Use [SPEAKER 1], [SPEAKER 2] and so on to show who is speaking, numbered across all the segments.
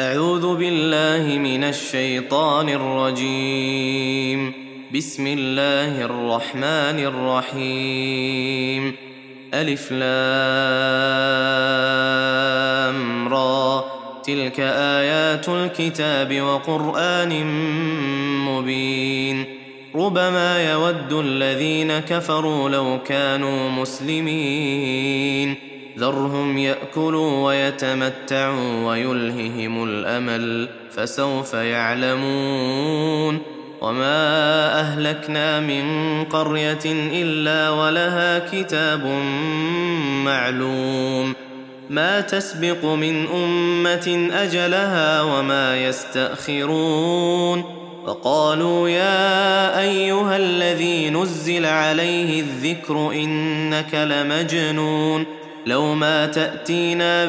[SPEAKER 1] أعوذ بالله من الشيطان الرجيم. بسم الله الرحمن الرحيم. ألف لام را، تلك آيات الكتاب وقرآن مبين. ربما يود الذين كفروا لو كانوا مسلمين، ذرهم يأكلوا ويتمتعوا ويلههم الأمل، فسوف يعلمون. وما أهلكنا من قرية إلا ولها كتاب معلوم، ما تسبق من أمة أجلها وما يستأخرون. وقالوا يا أيها الذي نزل عليه الذكر إنك لمجنون، لو ما تأتينا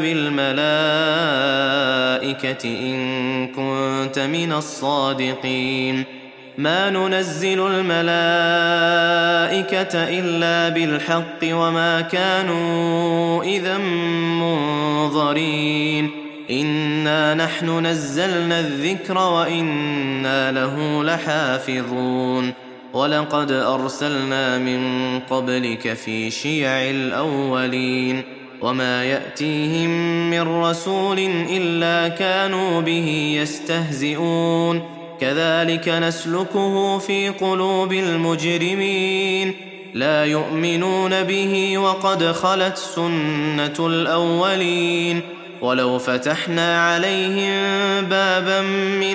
[SPEAKER 1] بالملائكة إن كنت من الصادقين. ما ننزل الملائكة إلا بالحق وما كانوا إذا منظرين. إنا نحن نزلنا الذكر وإنا له لحافظون. ولقد أرسلنا من قبلك في شيع الأولين، وما يأتيهم من رسول إلا كانوا به يستهزئون. كذلك نسلكه في قلوب المجرمين، لا يؤمنون به وقد خلت سنة الأولين. ولو فتحنا عليهم بابا من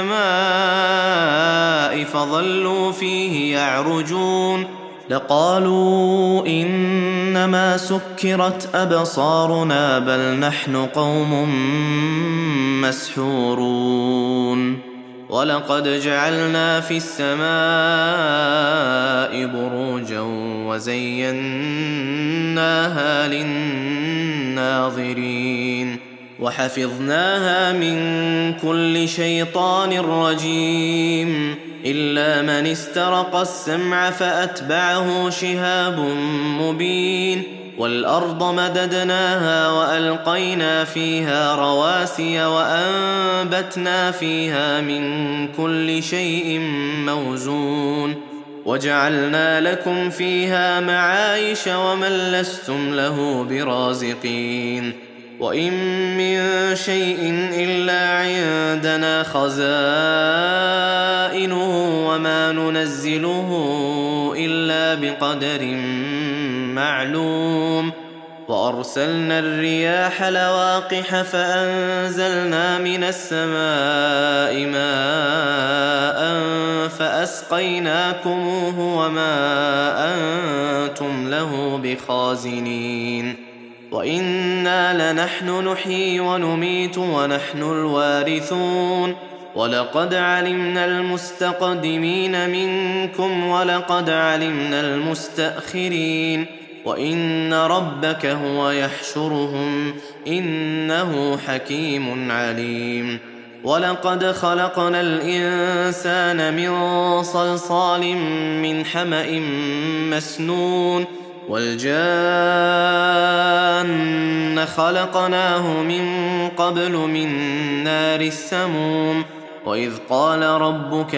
[SPEAKER 1] السماء فظلوا فيه يعرجون لقالوا إنما سكرت أبصارنا بل نحن قوم مسحورون. ولقد جعلنا في السماء بروجا وزيناها للناظرين، وحفظناها من كل شيطان رجيم، إلا من استرق السمع فأتبعه شهاب مبين. والأرض مددناها وألقينا فيها رواسي وأنبتنا فيها من كل شيء موزون، وجعلنا لكم فيها معايش ومن لستم له برازقين. وإن من شيء إلا عندنا خزائنه وما ننزله إلا بقدر معلوم. وأرسلنا الرياح لواقح فأنزلنا من السماء ماء فأسقيناكموه وما أنتم له بخازنين. وإنا لنحن نحيي ونميت ونحن الوارثون. ولقد علمنا المستقدمين منكم ولقد علمنا المستأخرين. وإن ربك هو يحشرهم إنه حكيم عليم. ولقد خلقنا الإنسان من صلصال من حمأ مسنون. والجان خلقناه من قبل من نار السموم. وإذ قال ربك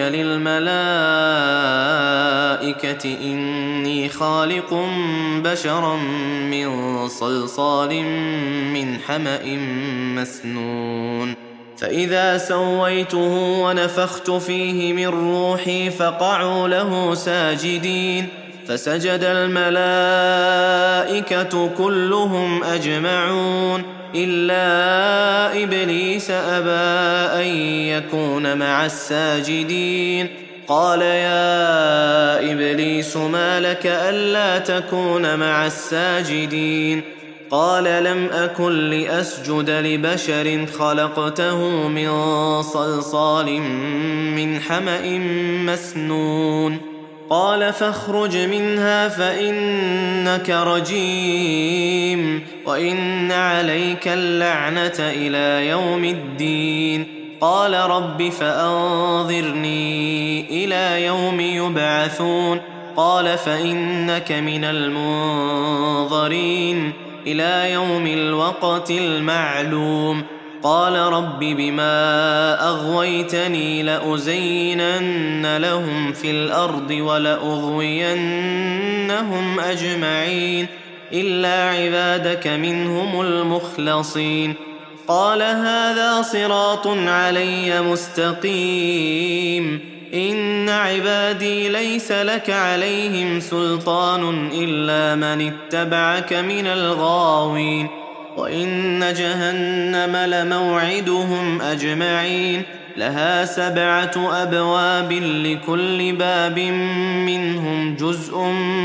[SPEAKER 1] للملائكة إني خالق بشرا من صلصال من حمأ مسنون، فإذا سويته ونفخت فيه من روحي فقعوا له ساجدين، فسجد الملائكة كلهم أجمعون إلا إبليس أبى أن يكون مع الساجدين. قال يا إبليس ما لك ألا تكون مع الساجدين؟ قال لم أكن لأسجد لبشر خلقته من صلصال من حمأ مسنون. قال فاخرج منها فإنك رجيم وإن عليك اللعنة إلى يوم الدين. قال رب فأنظرني إلى يوم يبعثون. قال فإنك من المنظرين إلى يوم الوقت المعلوم. قال رب بما أغويتني لأزينن لهم في الأرض ولأغوينهم أجمعين إلا عبادك منهم المخلصين قال هذا صراط علي مستقيم إن عبادي ليس لك عليهم سلطان إلا من اتبعك من الغاوين وإن جهنم لموعدهم أجمعين لها 7 أبواب لكل باب منهم جزء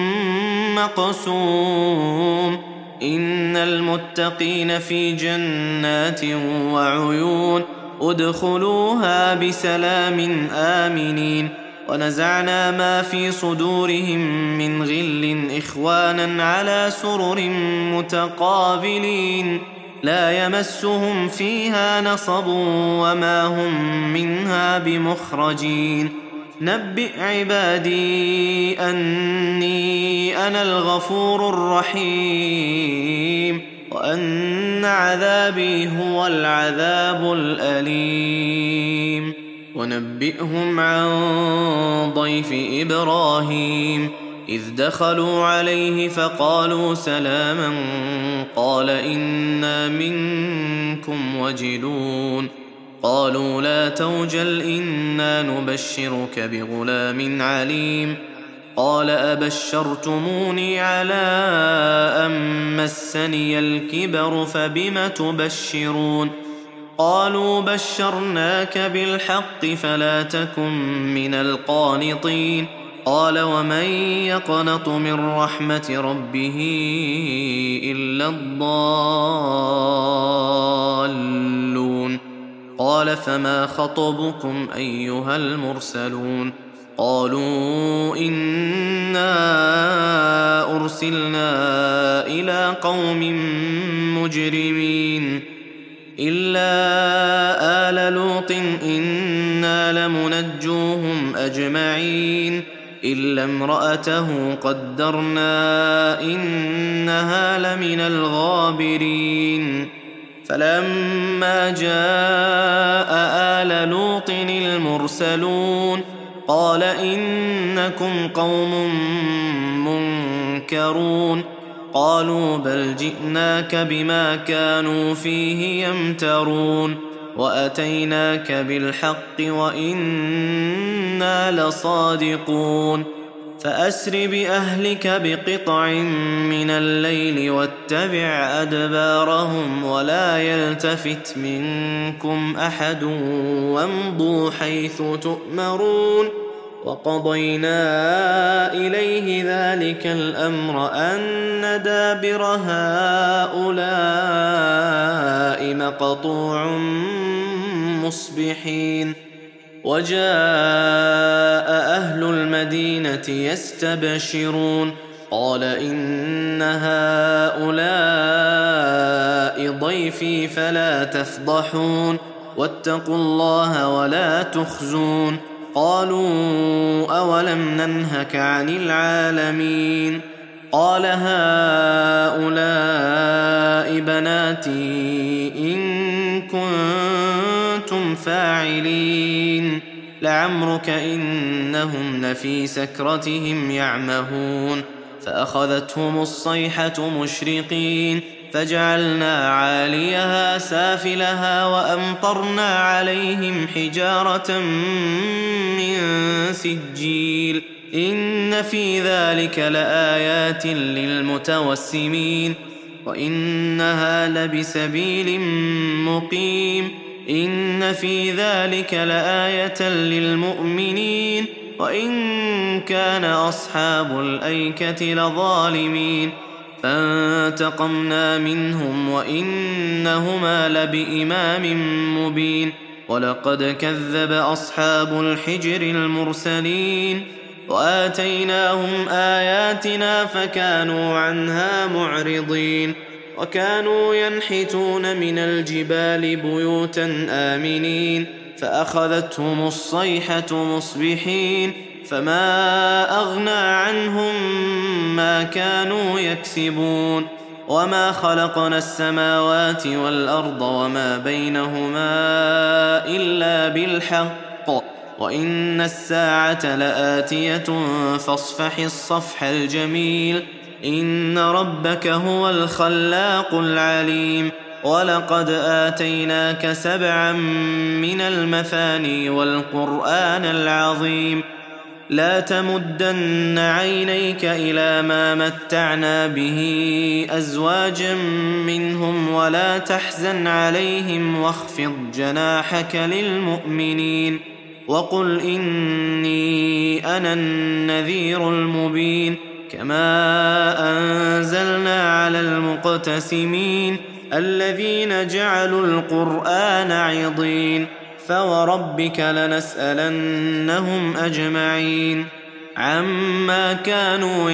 [SPEAKER 1] مقسوم إن المتقين في جنات وعيون ادخلوها بسلام آمنين ونزعنا ما في صدورهم من غل إخوانا على سرر متقابلين لا يمسهم فيها نصب وما هم منها بمخرجين نبئ عبادي أني أنا الغفور الرحيم وأن عذابي هو العذاب الأليم ونبئهم عن ضيف إبراهيم إذ دخلوا عليه فقالوا سلاما قال إنا منكم وجلون قالوا لا توجل إنا نبشرك بغلام عليم قال أبشرتموني على أن مسني الكبر فبم تبشرون قالوا بشرناك بالحق فلا تكن من القانطين قال ومن يقنط من رحمة ربه إلا الضالون قال فما خطبكم أيها المرسلون قالوا إنا أرسلنا إلى قوم مجرمين إلا آل لوط إنا لمنجوهم أجمعين إلا امرأته قدرنا إنها لمن الغابرين فلما جاء آل لوط المرسلون قال إنكم قوم منكرون قالوا بل جئناك بما كانوا فيه يمترون وأتيناك بالحق وإنا لصادقون فأسر بأهلك بقطع من الليل واتبع أدبارهم ولا يلتفت منكم أحد وامضوا حيث تؤمرون وقضينا إليه ذلك الأمر أن دابر هؤلاء مقطوع مصبحين وجاء أهل المدينة يستبشرون قال إن هؤلاء ضيفي فلا تفضحون واتقوا الله ولا تخزون قالوا أولم ننهك عن العالمين قال هؤلاء بناتي إن كنتم فاعلين لعمرك إنهم لفي سكرتهم يعمهون فأخذتهم الصيحة مشرقين فجعلنا عاليها سافلها وأمطرنا عليهم حجارة من سجيل إن في ذلك لآيات للمتوسمين وإنها لبسبيل مقيم إن في ذلك لآية للمؤمنين وإن كان أصحاب الأيكة لظالمين فانتقمنا منهم وإنهما لبإمام مبين ولقد كذب أصحاب الحجر المرسلين وآتيناهم آياتنا فكانوا عنها معرضين وكانوا ينحتون من الجبال بيوتا آمنين فأخذتهم الصيحة مصبحين فما أغنى عنهم ما كانوا يكسبون وما خلقنا السماوات والأرض وما بينهما إلا بالحق وإن الساعة لآتية فاصفح الصفح الجميل إن ربك هو الخلاق العليم ولقد آتيناك 7 من المثاني والقرآن العظيم لا تمدن عينيك إلى ما متعنا به أزواجا منهم ولا تحزن عليهم واخفض جناحك للمؤمنين وقل إني أنا النذير المبين كما أنزلنا على المقتسمين الذين جعلوا القرآن عضين فوربك لنسألنهم أجمعين عما كانوا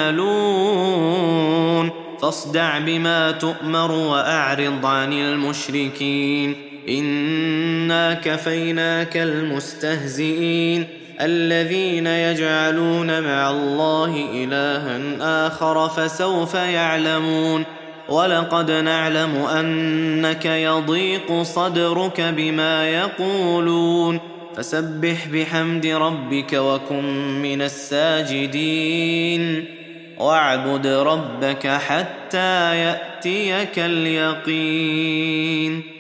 [SPEAKER 1] يعملون فاصدع بما تؤمر وأعرض عن المشركين إنا كفيناك المستهزئين الذين يجعلون مع الله إلها آخر فسوف يعلمون ولقد نعلم أنك يضيق صدرك بما يقولون فسبح بحمد ربك وكن من الساجدين واعبد ربك حتى يأتيك اليقين